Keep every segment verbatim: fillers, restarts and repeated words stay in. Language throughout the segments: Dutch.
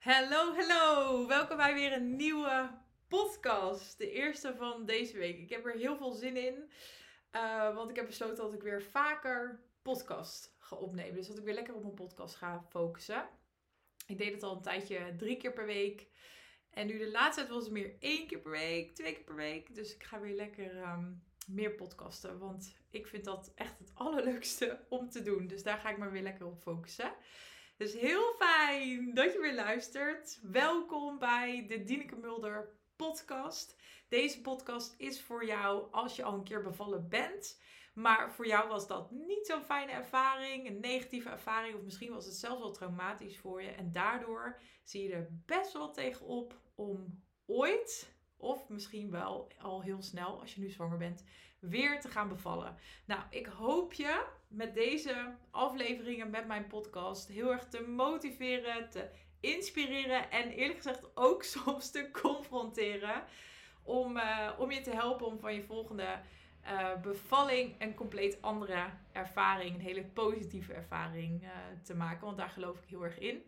Hallo, hallo! Welkom bij weer een nieuwe podcast. De eerste van deze week. Ik heb er heel veel zin in. Uh, want ik heb besloten dat ik weer vaker podcast ga opnemen. Dus dat ik weer lekker op mijn podcast ga focussen. Ik deed het al een tijdje drie keer per week. En nu de laatste tijd was het meer één keer per week, twee keer per week. Dus ik ga weer lekker um, meer podcasten. Want ik vind dat echt het allerleukste om te doen. Dus daar ga ik me weer lekker op focussen. Dus heel fijn dat je weer luistert. Welkom bij de Dineke Mulder podcast. Deze podcast is voor jou als je al een keer bevallen bent. Maar voor jou was dat niet zo'n fijne ervaring, een negatieve ervaring. Of misschien was het zelfs wel traumatisch voor je. En daardoor zie je er best wel tegenop om ooit, of misschien wel al heel snel als je nu zwanger bent, weer te gaan bevallen. Nou, ik hoop je met deze afleveringen met mijn podcast heel erg te motiveren, te inspireren en eerlijk gezegd ook soms te confronteren. Om, uh, om je te helpen om van je volgende uh, bevalling een compleet andere ervaring, een hele positieve ervaring uh, te maken. Want daar geloof ik heel erg in.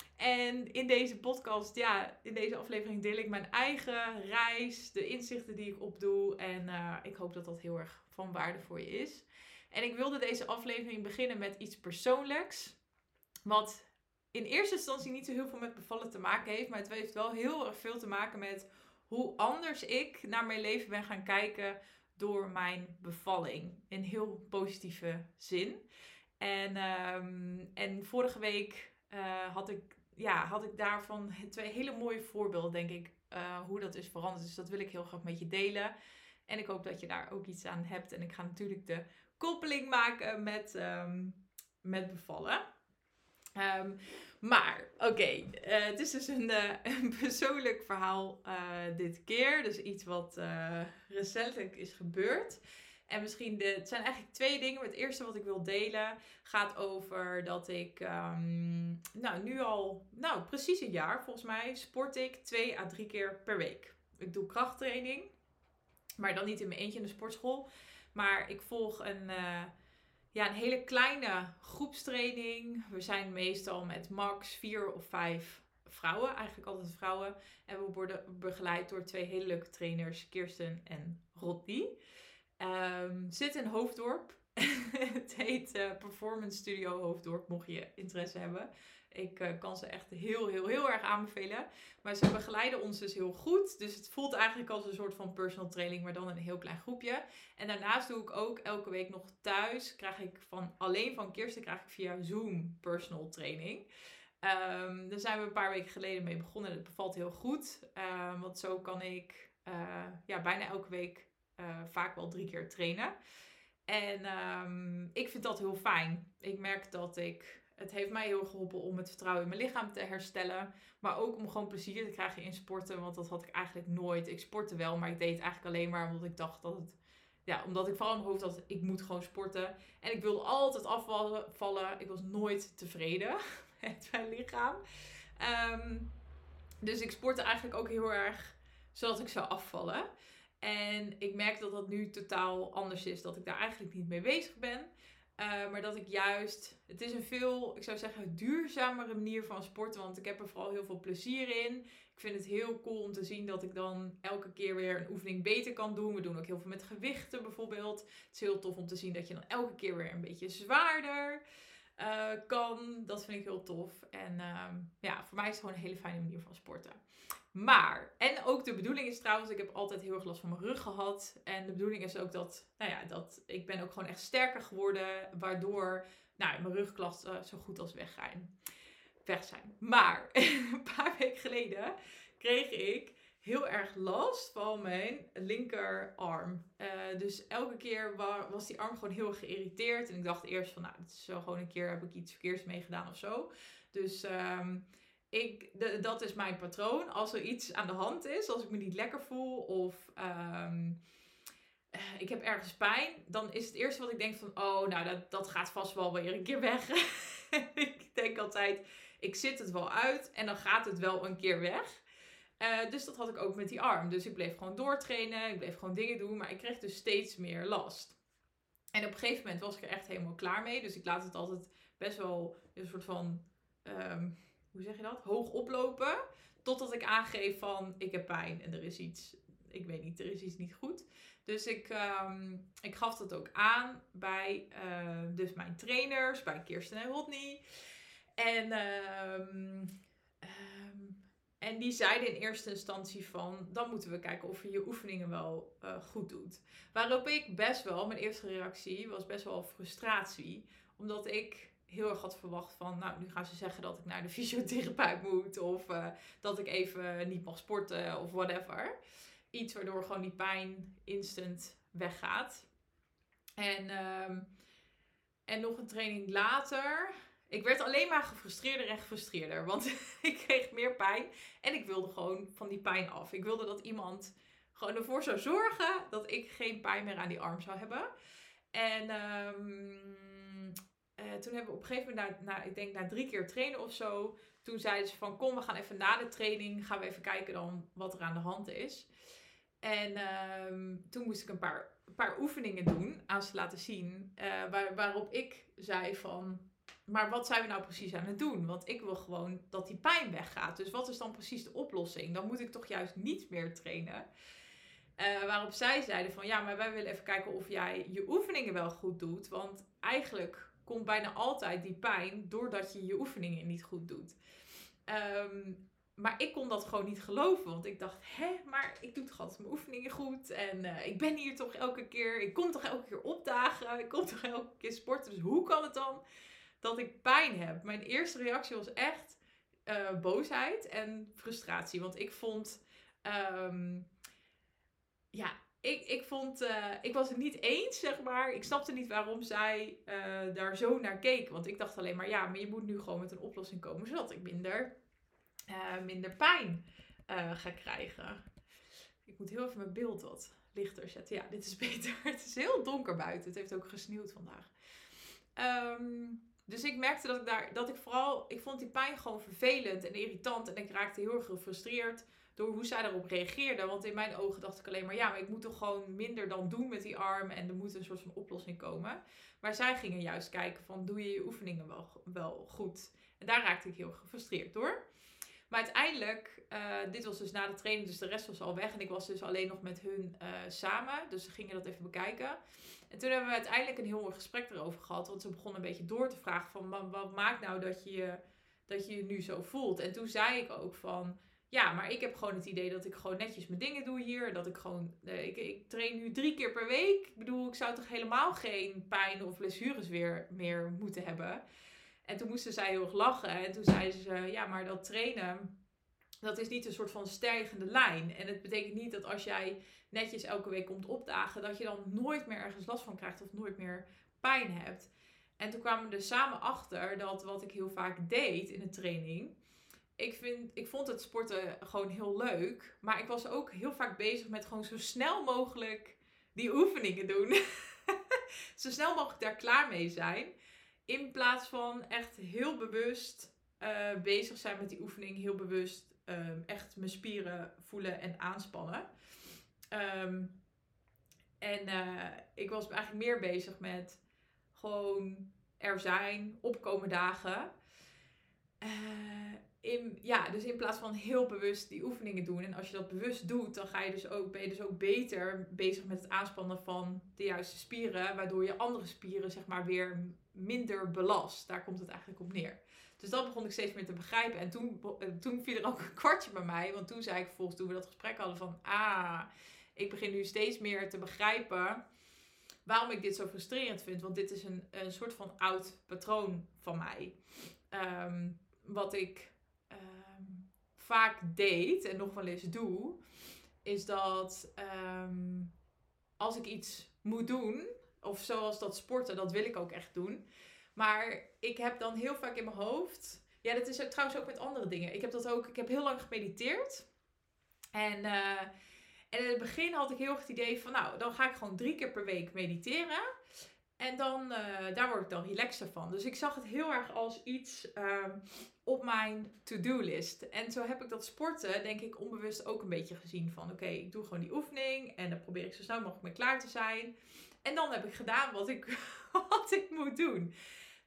En in deze podcast, ja, in deze aflevering deel ik mijn eigen reis, de inzichten die ik opdoe. En uh, ik hoop dat dat heel erg van waarde voor je is. En ik wilde deze aflevering beginnen met iets persoonlijks. Wat in eerste instantie niet zo heel veel met bevallen te maken heeft. Maar het heeft wel heel erg veel te maken met hoe anders ik naar mijn leven ben gaan kijken door mijn bevalling. In heel positieve zin. En, um, en vorige week uh, had ik... Ja, had ik daarvan twee hele mooie voorbeelden, denk ik, uh, hoe dat is veranderd. Dus dat wil ik heel graag met je delen. En ik hoop dat je daar ook iets aan hebt. En ik ga natuurlijk de koppeling maken met, um, met bevallen. Um, maar, oké, okay, uh, het is dus een, uh, een persoonlijk verhaal uh, dit keer. Dus iets wat uh, recentelijk is gebeurd. En misschien, de, het zijn eigenlijk twee dingen. Het eerste wat ik wil delen gaat over dat ik, um, nou nu al, nou precies een jaar volgens mij, sport ik twee à drie keer per week. Ik doe krachttraining, maar dan niet in mijn eentje in de sportschool. Maar ik volg een, uh, ja, een hele kleine groepstraining. We zijn meestal met max vier of vijf vrouwen, eigenlijk altijd vrouwen. En we worden begeleid door twee hele leuke trainers, Kirsten en Rodney. Um, zit in Hoofddorp. Het heet uh, Performance Studio Hoofddorp, mocht je interesse hebben. Ik uh, kan ze echt heel, heel, heel erg aanbevelen. Maar ze begeleiden ons dus heel goed. Dus het voelt eigenlijk als een soort van personal training, maar dan in een heel klein groepje. En daarnaast doe ik ook elke week nog thuis, krijg ik van, alleen van Kirsten, krijg ik via Zoom personal training. Um, daar zijn we een paar weken geleden mee begonnen. Het bevalt heel goed. Um, want zo kan ik uh, ja, bijna elke week Uh, vaak wel drie keer trainen. En um, ik vind dat heel fijn. Ik merk dat ik... Het heeft mij heel geholpen om het vertrouwen in mijn lichaam te herstellen. Maar ook om gewoon plezier te krijgen in sporten. Want dat had ik eigenlijk nooit. Ik sportte wel, maar ik deed het eigenlijk alleen maar omdat ik dacht dat het... Ja, omdat ik vooral in mijn hoofd had, ik moet gewoon sporten. En ik wilde altijd afvallen. Ik was nooit tevreden met mijn lichaam. Um, dus ik sportte eigenlijk ook heel erg zodat ik zou afvallen. En ik merk dat dat nu totaal anders is. Dat ik daar eigenlijk niet mee bezig ben. Uh, maar dat ik juist... Het is een veel, ik zou zeggen, duurzamere manier van sporten. Want ik heb er vooral heel veel plezier in. Ik vind het heel cool om te zien dat ik dan elke keer weer een oefening beter kan doen. We doen ook heel veel met gewichten bijvoorbeeld. Het is heel tof om te zien dat je dan elke keer weer een beetje zwaarder uh, kan. Dat vind ik heel tof. En uh, ja, voor mij is het gewoon een hele fijne manier van sporten. Maar, en ook de bedoeling is trouwens, ik heb altijd heel erg last van mijn rug gehad. En de bedoeling is ook dat, nou ja, dat ik ben ook gewoon echt sterker geworden. Waardoor, nou, mijn rugklachten zo goed als weg zijn. Weg zijn. Maar, een paar weken geleden kreeg ik heel erg last van mijn linkerarm. Uh, dus elke keer was die arm gewoon heel erg geïrriteerd. En ik dacht eerst van, nou, het is zo gewoon een keer, heb ik iets verkeerds mee gedaan of zo. Dus... Um, Ik, de, dat is mijn patroon. Als er iets aan de hand is, als ik me niet lekker voel of um, uh, ik heb ergens pijn, dan is het eerste wat ik denk van, oh, nou, dat, dat gaat vast wel weer een keer weg. Ik denk altijd, ik zit het wel uit en dan gaat het wel een keer weg. Uh, dus dat had ik ook met die arm. Dus ik bleef gewoon doortrainen, ik bleef gewoon dingen doen, maar ik kreeg dus steeds meer last. En op een gegeven moment was ik er echt helemaal klaar mee. Dus ik laat het altijd best wel een soort van... Um, hoe zeg je dat? Hoog oplopen. Totdat ik aangeef van, ik heb pijn en er is iets, ik weet niet, er is iets niet goed. Dus ik, um, ik gaf dat ook aan bij uh, dus mijn trainers, bij Kirsten en Rodney. En, um, um, en die zeiden in eerste instantie van, dan moeten we kijken of je je oefeningen wel uh, goed doet. Waarop ik best wel, mijn eerste reactie was best wel frustratie. Omdat ik heel erg had verwacht van, nou, nu gaan ze zeggen dat ik naar de fysiotherapeut moet. Of uh, dat ik even niet mag sporten of whatever. Iets waardoor gewoon die pijn instant weggaat. En, um, en nog een training later, ik werd alleen maar gefrustreerder en gefrustreerder. Want ik kreeg meer pijn en ik wilde gewoon van die pijn af. Ik wilde dat iemand gewoon ervoor zou zorgen dat ik geen pijn meer aan die arm zou hebben. En um, uh, toen hebben we op een gegeven moment, na, na, ik denk na drie keer trainen of zo, toen zeiden ze van, kom, we gaan even na de training, gaan we even kijken dan wat er aan de hand is. En um, toen moest ik een paar, een paar oefeningen doen, aan ze laten zien, uh, waar, waarop ik zei van, maar wat zijn we nou precies aan het doen? Want ik wil gewoon dat die pijn weggaat. Dus wat is dan precies de oplossing? Dan moet ik toch juist niet meer trainen. Uh, waarop zij zeiden van, ja, maar wij willen even kijken of jij je oefeningen wel goed doet. Want eigenlijk komt bijna altijd die pijn doordat je je oefeningen niet goed doet. Um, maar ik kon dat gewoon niet geloven. Want ik dacht, hè, maar ik doe toch altijd mijn oefeningen goed. En uh, ik ben hier toch elke keer. Ik kom toch elke keer opdagen. Ik kom toch elke keer sporten. Dus hoe kan het dan dat ik pijn heb? Mijn eerste reactie was echt uh, boosheid en frustratie. Want ik vond... Um, ja, ik, ik vond... Uh, ik was het niet eens, zeg maar. Ik snapte niet waarom zij uh, daar zo naar keek. Want ik dacht alleen maar, ja, maar je moet nu gewoon met een oplossing komen. Zodat ik minder... Uh, minder pijn uh, ga krijgen. Ik moet heel even mijn beeld wat lichter zetten. Ja, dit is beter. Het is heel donker buiten. Het heeft ook gesneeuwd vandaag. Um, dus ik merkte dat ik daar, dat ik vooral, ik vond die pijn gewoon vervelend en irritant. En ik raakte heel erg gefrustreerd door hoe zij daarop reageerde. Want in mijn ogen dacht ik alleen maar, ja, maar ik moet toch gewoon minder dan doen met die arm. En er moet een soort van oplossing komen. Maar zij gingen juist kijken van, doe je je oefeningen wel, wel goed? En daar raakte ik heel gefrustreerd door. Maar uiteindelijk, uh, dit was dus na de training, dus de rest was al weg. En ik was dus alleen nog met hun uh, samen. Dus ze gingen dat even bekijken. En toen hebben we uiteindelijk een heel mooi gesprek erover gehad. Want ze begonnen een beetje door te vragen van, wat, wat maakt nou dat je, dat je je nu zo voelt? En toen zei ik ook van, ja, maar ik heb gewoon het idee dat ik gewoon netjes mijn dingen doe hier. Dat ik gewoon, uh, ik, ik train nu drie keer per week. Ik bedoel, ik zou toch helemaal geen pijn of blessures weer meer moeten hebben. En toen moesten zij heel erg lachen. En toen zeiden ze, ja, maar dat trainen, dat is niet een soort van stijgende lijn. En het betekent niet dat als jij netjes elke week komt opdagen, dat je dan nooit meer ergens last van krijgt of nooit meer pijn hebt. En toen kwamen we er samen achter dat wat ik heel vaak deed in de training, ik, vind, ik vond het sporten gewoon heel leuk. Maar ik was ook heel vaak bezig met gewoon zo snel mogelijk die oefeningen doen. Zo snel mogelijk daar klaar mee zijn. In plaats van echt heel bewust uh, bezig zijn met die oefening. Heel bewust um, echt mijn spieren voelen en aanspannen. Um, en uh, ik was eigenlijk meer bezig met gewoon er zijn, opkomen dagen. Uh, in, ja, dus in plaats van heel bewust die oefeningen doen. En als je dat bewust doet, dan ga je dus ook, ben je dus ook beter bezig met het aanspannen van de juiste spieren. Waardoor je andere spieren zeg maar weer minder belast. Daar komt het eigenlijk op neer. Dus dat begon ik steeds meer te begrijpen. En toen, toen viel er ook een kwartje bij mij. Want toen zei ik volgens toen we dat gesprek hadden van, ah, ik begin nu steeds meer te begrijpen waarom ik dit zo frustrerend vind. Want dit is een, een soort van oud patroon van mij. Um, wat ik um, vaak deed en nog wel eens doe, is dat um, als ik iets moet doen, of zoals dat sporten, dat wil ik ook echt doen. Maar ik heb dan heel vaak in mijn hoofd, ja, dat is trouwens ook met andere dingen. Ik heb dat ook, ik heb heel lang gemediteerd. En, uh, en in het begin had ik heel erg het idee van, nou, dan ga ik gewoon drie keer per week mediteren. En dan, uh, daar word ik dan relaxer van. Dus ik zag het heel erg als iets um, op mijn to-do-list. En zo heb ik dat sporten, denk ik, onbewust ook een beetje gezien van, oké, okay, ik doe gewoon die oefening en dan probeer ik zo snel mogelijk mee klaar te zijn. En dan heb ik gedaan wat ik, wat ik moet doen.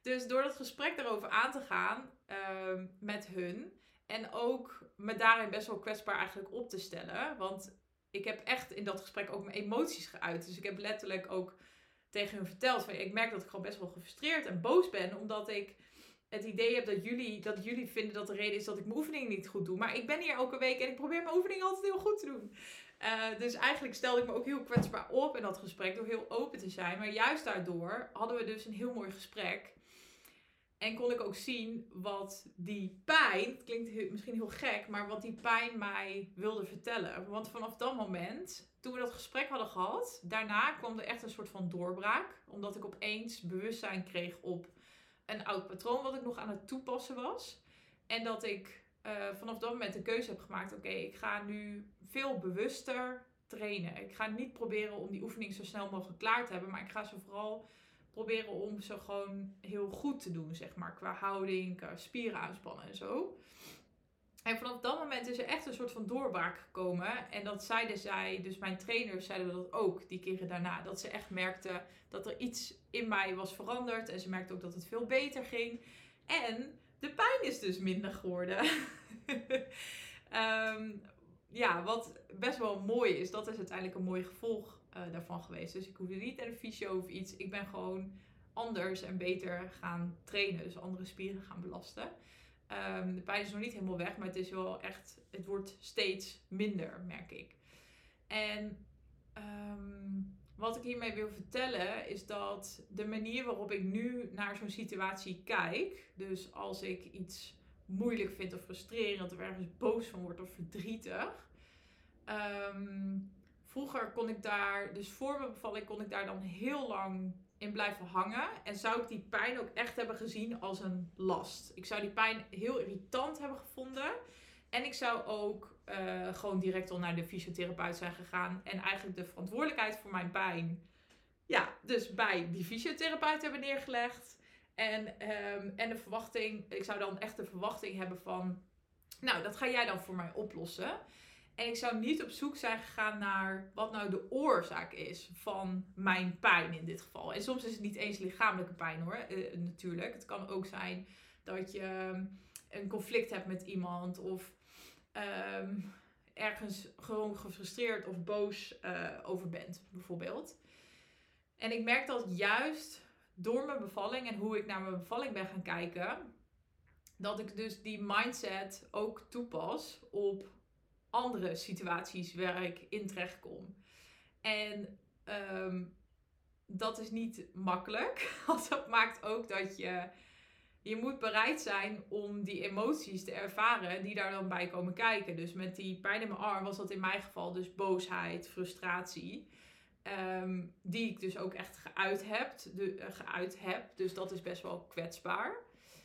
Dus door dat gesprek erover aan te gaan uh, met hun. En ook me daarin best wel kwetsbaar eigenlijk op te stellen. Want ik heb echt in dat gesprek ook mijn emoties geuit. Dus ik heb letterlijk ook tegen hun verteld van, ik merk dat ik gewoon best wel gefrustreerd en boos ben. Omdat ik het idee heb dat jullie, dat jullie vinden dat de reden is dat ik mijn oefeningen niet goed doe. Maar ik ben hier elke week en ik probeer mijn oefeningen altijd heel goed te doen. Uh, dus eigenlijk stelde ik me ook heel kwetsbaar op in dat gesprek door heel open te zijn. Maar juist daardoor hadden we dus een heel mooi gesprek. En kon ik ook zien wat die pijn, het klinkt heel, misschien heel gek, maar wat die pijn mij wilde vertellen. Want vanaf dat moment, toen we dat gesprek hadden gehad, daarna kwam er echt een soort van doorbraak. Omdat ik opeens bewustzijn kreeg op een oud patroon wat ik nog aan het toepassen was. En dat ik uh, vanaf dat moment de keuze heb gemaakt, oké, okay, ik ga nu veel bewuster trainen. Ik ga niet proberen om die oefening zo snel mogelijk klaar te hebben, maar ik ga ze vooral proberen om ze gewoon heel goed te doen, zeg maar. Qua houding, qua spieren aanspannen en zo. En vanaf dat moment is er echt een soort van doorbraak gekomen. En dat zeiden zij, dus mijn trainers zeiden dat ook die keren daarna. Dat ze echt merkten dat er iets in mij was veranderd. En ze merkten ook dat het veel beter ging. En de pijn is dus minder geworden. um, ja, wat best wel mooi is. Dat is uiteindelijk een mooi gevolg Uh, daarvan geweest. Dus ik hoefde niet naar de fysio of iets. Ik ben gewoon anders en beter gaan trainen. Dus andere spieren gaan belasten. Um, de pijn is nog niet helemaal weg. Maar het is wel echt... Het wordt steeds minder, merk ik. En um, wat ik hiermee wil vertellen is dat de manier waarop ik nu naar zo'n situatie kijk. Dus als ik iets moeilijk vind of frustrerend of ergens boos van word of verdrietig. Um, Vroeger kon ik daar, dus voor mijn bevalling kon ik daar dan heel lang in blijven hangen. En zou ik die pijn ook echt hebben gezien als een last. Ik zou die pijn heel irritant hebben gevonden. En ik zou ook uh, gewoon direct al naar de fysiotherapeut zijn gegaan. En eigenlijk de verantwoordelijkheid voor mijn pijn, ja, dus bij die fysiotherapeut hebben neergelegd. En, um, en de verwachting, ik zou dan echt de verwachting hebben van, nou, dat ga jij dan voor mij oplossen. En ik zou niet op zoek zijn gegaan naar wat nou de oorzaak is van mijn pijn in dit geval. En soms is het niet eens lichamelijke pijn hoor, uh, natuurlijk. Het kan ook zijn dat je een conflict hebt met iemand of um, ergens gewoon gefrustreerd of boos uh, over bent, bijvoorbeeld. En ik merk dat juist door mijn bevalling en hoe ik naar mijn bevalling ben gaan kijken, dat ik dus die mindset ook toepas op andere situaties waar ik in terecht kom. En um, dat is niet makkelijk. Want dat maakt ook dat je... Je moet bereid zijn om die emoties te ervaren die daar dan bij komen kijken. Dus met die pijn in mijn arm was dat in mijn geval dus boosheid, frustratie. Um, die ik dus ook echt geuit heb. De, uh, geuit heb. Dus dat is best wel kwetsbaar.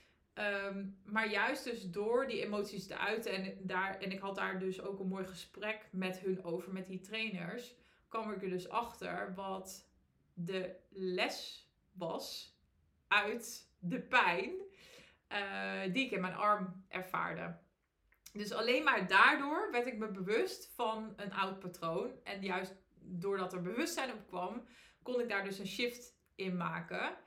Um, maar juist dus door die emoties te uiten en, daar, en ik had daar dus ook een mooi gesprek met hun over, met die trainers, kwam ik er dus achter wat de les was uit de pijn uh, die ik in mijn arm ervaarde. Dus alleen maar daardoor werd ik me bewust van een oud patroon. En juist doordat er bewustzijn op kwam, kon ik daar dus een shift in maken.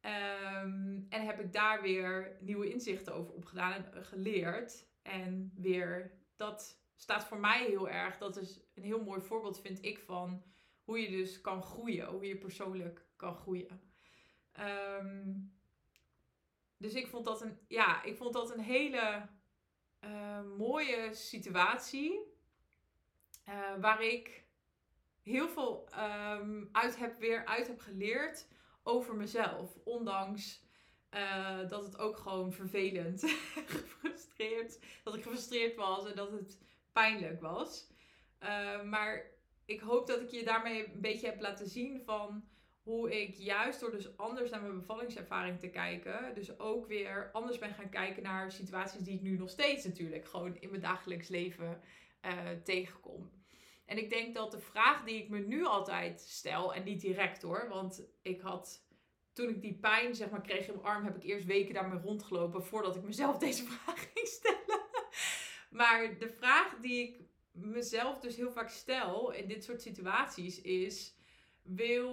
Um, en heb ik daar weer nieuwe inzichten over opgedaan en geleerd. En weer, dat staat voor mij heel erg. Dat is een heel mooi voorbeeld, vind ik, van hoe je dus kan groeien. Hoe je persoonlijk kan groeien. Um, dus ik vond dat een, ja, ik vond dat een hele uh, mooie situatie. Uh, waar ik heel veel um, uit heb, weer uit heb geleerd over mezelf. Ondanks uh, dat het ook gewoon vervelend, gefrustreerd, dat ik gefrustreerd was en dat het pijnlijk was. Uh, maar ik hoop dat ik je daarmee een beetje heb laten zien van hoe ik juist door dus anders naar mijn bevallingservaring te kijken, dus ook weer anders ben gaan kijken naar situaties die ik nu nog steeds natuurlijk gewoon in mijn dagelijks leven uh, tegenkom. En ik denk dat de vraag die ik me nu altijd stel, en niet direct hoor, want ik had, toen ik die pijn zeg maar kreeg in mijn arm, heb ik eerst weken daarmee rondgelopen voordat ik mezelf deze vraag ging stellen. Maar de vraag die ik mezelf dus heel vaak stel in dit soort situaties is, wil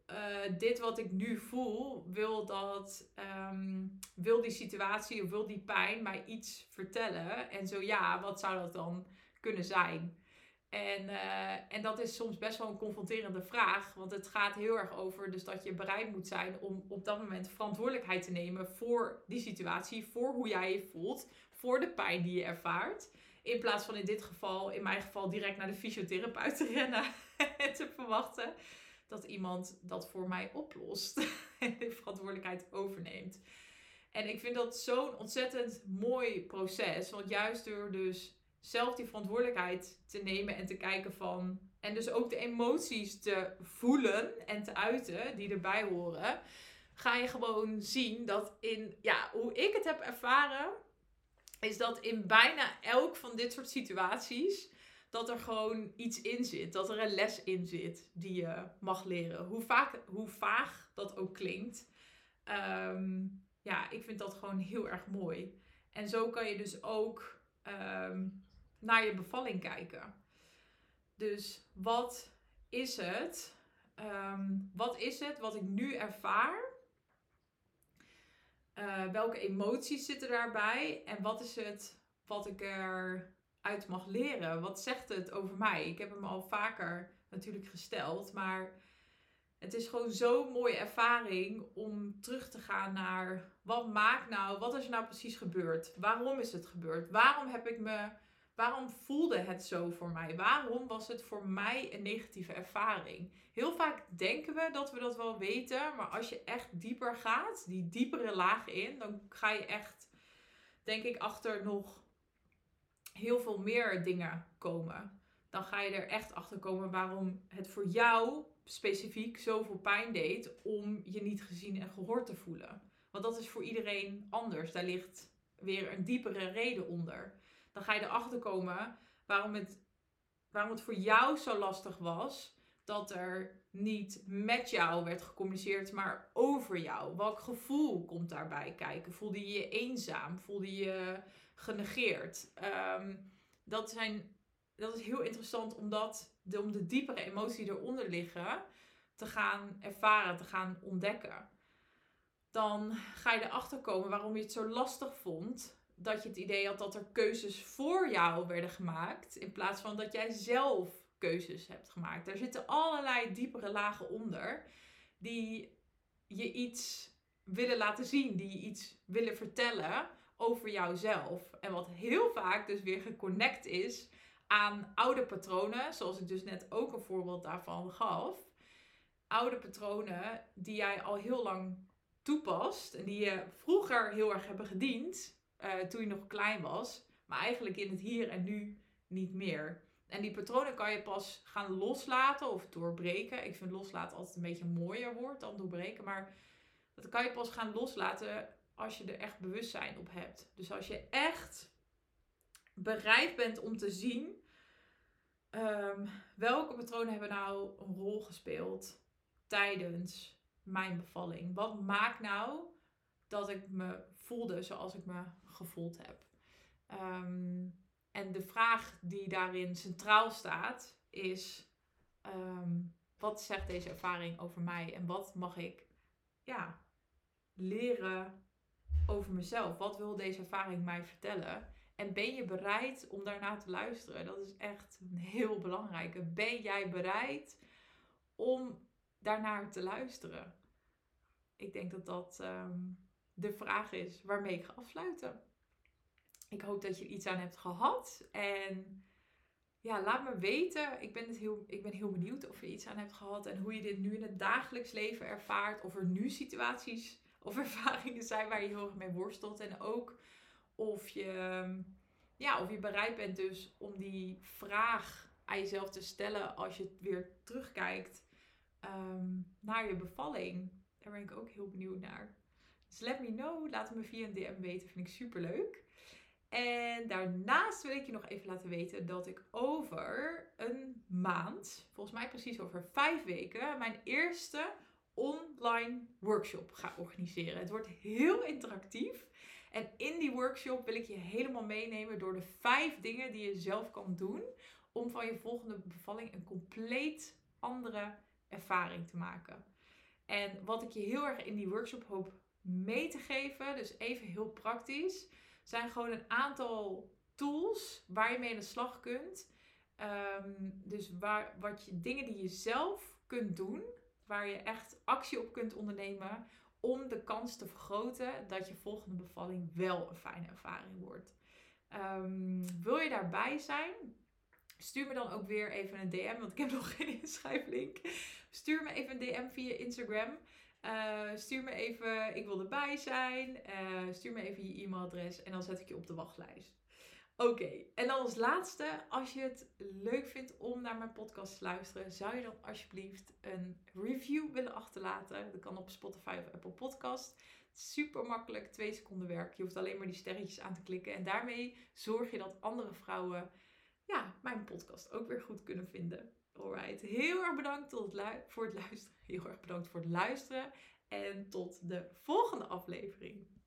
uh, dit wat ik nu voel, wil, dat, um, wil die situatie of wil die pijn mij iets vertellen? En zo ja, wat zou dat dan kunnen zijn? En, uh, en dat is soms best wel een confronterende vraag. Want het gaat heel erg over dus dat je bereid moet zijn om op dat moment verantwoordelijkheid te nemen voor die situatie. Voor hoe jij je voelt. Voor de pijn die je ervaart. In plaats van in dit geval, in mijn geval, direct naar de fysiotherapeut te rennen. En te verwachten dat iemand dat voor mij oplost. En de verantwoordelijkheid overneemt. En ik vind dat zo'n ontzettend mooi proces. Want juist door dus zelf die verantwoordelijkheid te nemen en te kijken van... En dus ook de emoties te voelen en te uiten die erbij horen. Ga je gewoon zien dat in... Ja, hoe ik het heb ervaren... Is dat in bijna elk van dit soort situaties... Dat er gewoon iets in zit. Dat er een les in zit die je mag leren. Hoe, vaak, hoe vaag dat ook klinkt. Um, ja, ik vind dat gewoon heel erg mooi. En zo kan je dus ook... Um, naar je bevalling kijken. Dus wat is het? Um, wat is het wat ik nu ervaar? Uh, welke emoties zitten daarbij? En wat is het wat ik eruit mag leren? Wat zegt het over mij? Ik heb hem al vaker natuurlijk gesteld. Maar het is gewoon zo'n mooie ervaring om terug te gaan naar... Wat maakt nou? Wat is er nou precies gebeurd? Waarom is het gebeurd? Waarom heb ik me... Waarom voelde het zo voor mij? Waarom was het voor mij een negatieve ervaring? Heel vaak denken we dat we dat wel weten. Maar als je echt dieper gaat, die diepere lagen in... dan ga je echt, denk ik, achter nog heel veel meer dingen komen. Dan ga je er echt achter komen waarom het voor jou specifiek zoveel pijn deed... om je niet gezien en gehoord te voelen. Want dat is voor iedereen anders. Daar ligt weer een diepere reden onder... Dan ga je erachter komen waarom het, waarom het voor jou zo lastig was dat er niet met jou werd gecommuniceerd, maar over jou. Welk gevoel komt daarbij kijken? Voelde je je eenzaam? Voelde je je genegeerd? Um, dat, zijn, dat is heel interessant om, dat, de, om de diepere emoties die eronder liggen te gaan ervaren, te gaan ontdekken. Dan ga je erachter komen waarom je het zo lastig vond... dat je het idee had dat er keuzes voor jou werden gemaakt... in plaats van dat jij zelf keuzes hebt gemaakt. Er zitten allerlei diepere lagen onder... die je iets willen laten zien, die je iets willen vertellen over jouzelf. En wat heel vaak dus weer geconnect is aan oude patronen... zoals ik dus net ook een voorbeeld daarvan gaf. Oude patronen die jij al heel lang toepast... en die je vroeger heel erg hebben gediend... Uh, toen je nog klein was, maar eigenlijk in het hier en nu niet meer. En die patronen kan je pas gaan loslaten of doorbreken. Ik vind loslaten altijd een beetje een mooier woord dan doorbreken, maar dat kan je pas gaan loslaten als je er echt bewustzijn op hebt. Dus als je echt bereid bent om te zien um, welke patronen hebben nou een rol gespeeld tijdens mijn bevalling. Wat maakt nou dat ik me voelde zoals ik me gevoeld heb. Um, en de vraag die daarin centraal staat is... Um, wat zegt deze ervaring over mij? En wat mag ik ja, leren over mezelf? Wat wil deze ervaring mij vertellen? En ben je bereid om daarnaar te luisteren? Dat is echt een heel belangrijke. Ben jij bereid om daarnaar te luisteren? Ik denk dat dat... Um, de vraag is waarmee ik ga afsluiten. Ik hoop dat je er iets aan hebt gehad. En ja, laat me weten. Ik ben, het heel, ik ben heel benieuwd of je iets aan hebt gehad. En hoe je dit nu in het dagelijks leven ervaart. Of er nu situaties of ervaringen zijn waar je heel erg mee worstelt. En ook of je, ja, of je bereid bent dus om die vraag aan jezelf te stellen. Als je weer terugkijkt um, naar je bevalling. Daar ben ik ook heel benieuwd naar. Dus let me know. Laat het me via een D M weten. Vind ik super leuk. En daarnaast wil ik je nog even laten weten dat ik over een maand, volgens mij precies over vijf weken, mijn eerste online workshop ga organiseren. Het wordt heel interactief. En in die workshop wil ik je helemaal meenemen door de vijf dingen die je zelf kan doen om van je volgende bevalling een compleet andere ervaring te maken. En wat ik je heel erg in die workshop hoop mee te geven, dus even heel praktisch, zijn gewoon een aantal tools waar je mee aan de slag kunt. Um, dus waar, wat je, dingen die je zelf kunt doen, waar je echt actie op kunt ondernemen om de kans te vergroten dat je volgende bevalling wel een fijne ervaring wordt. Um, wil je daarbij zijn? Stuur me dan ook weer even een D M, want ik heb nog geen inschrijflink. Stuur me even een D M via Instagram. Uh, stuur me even, ik wil erbij zijn. Uh, stuur me even je e-mailadres en dan zet ik je op de wachtlijst. Oké, okay. En dan als laatste, als je het leuk vindt om naar mijn podcast te luisteren, zou je dan alsjeblieft een review willen achterlaten. Dat kan op Spotify of Apple Podcast. Super makkelijk, twee seconden werk. Je hoeft alleen maar die sterretjes aan te klikken. En daarmee zorg je dat andere vrouwen ja, mijn podcast ook weer goed kunnen vinden. Alright, heel erg bedankt tot het lu- voor het luisteren. Heel erg bedankt voor het luisteren. En tot de volgende aflevering.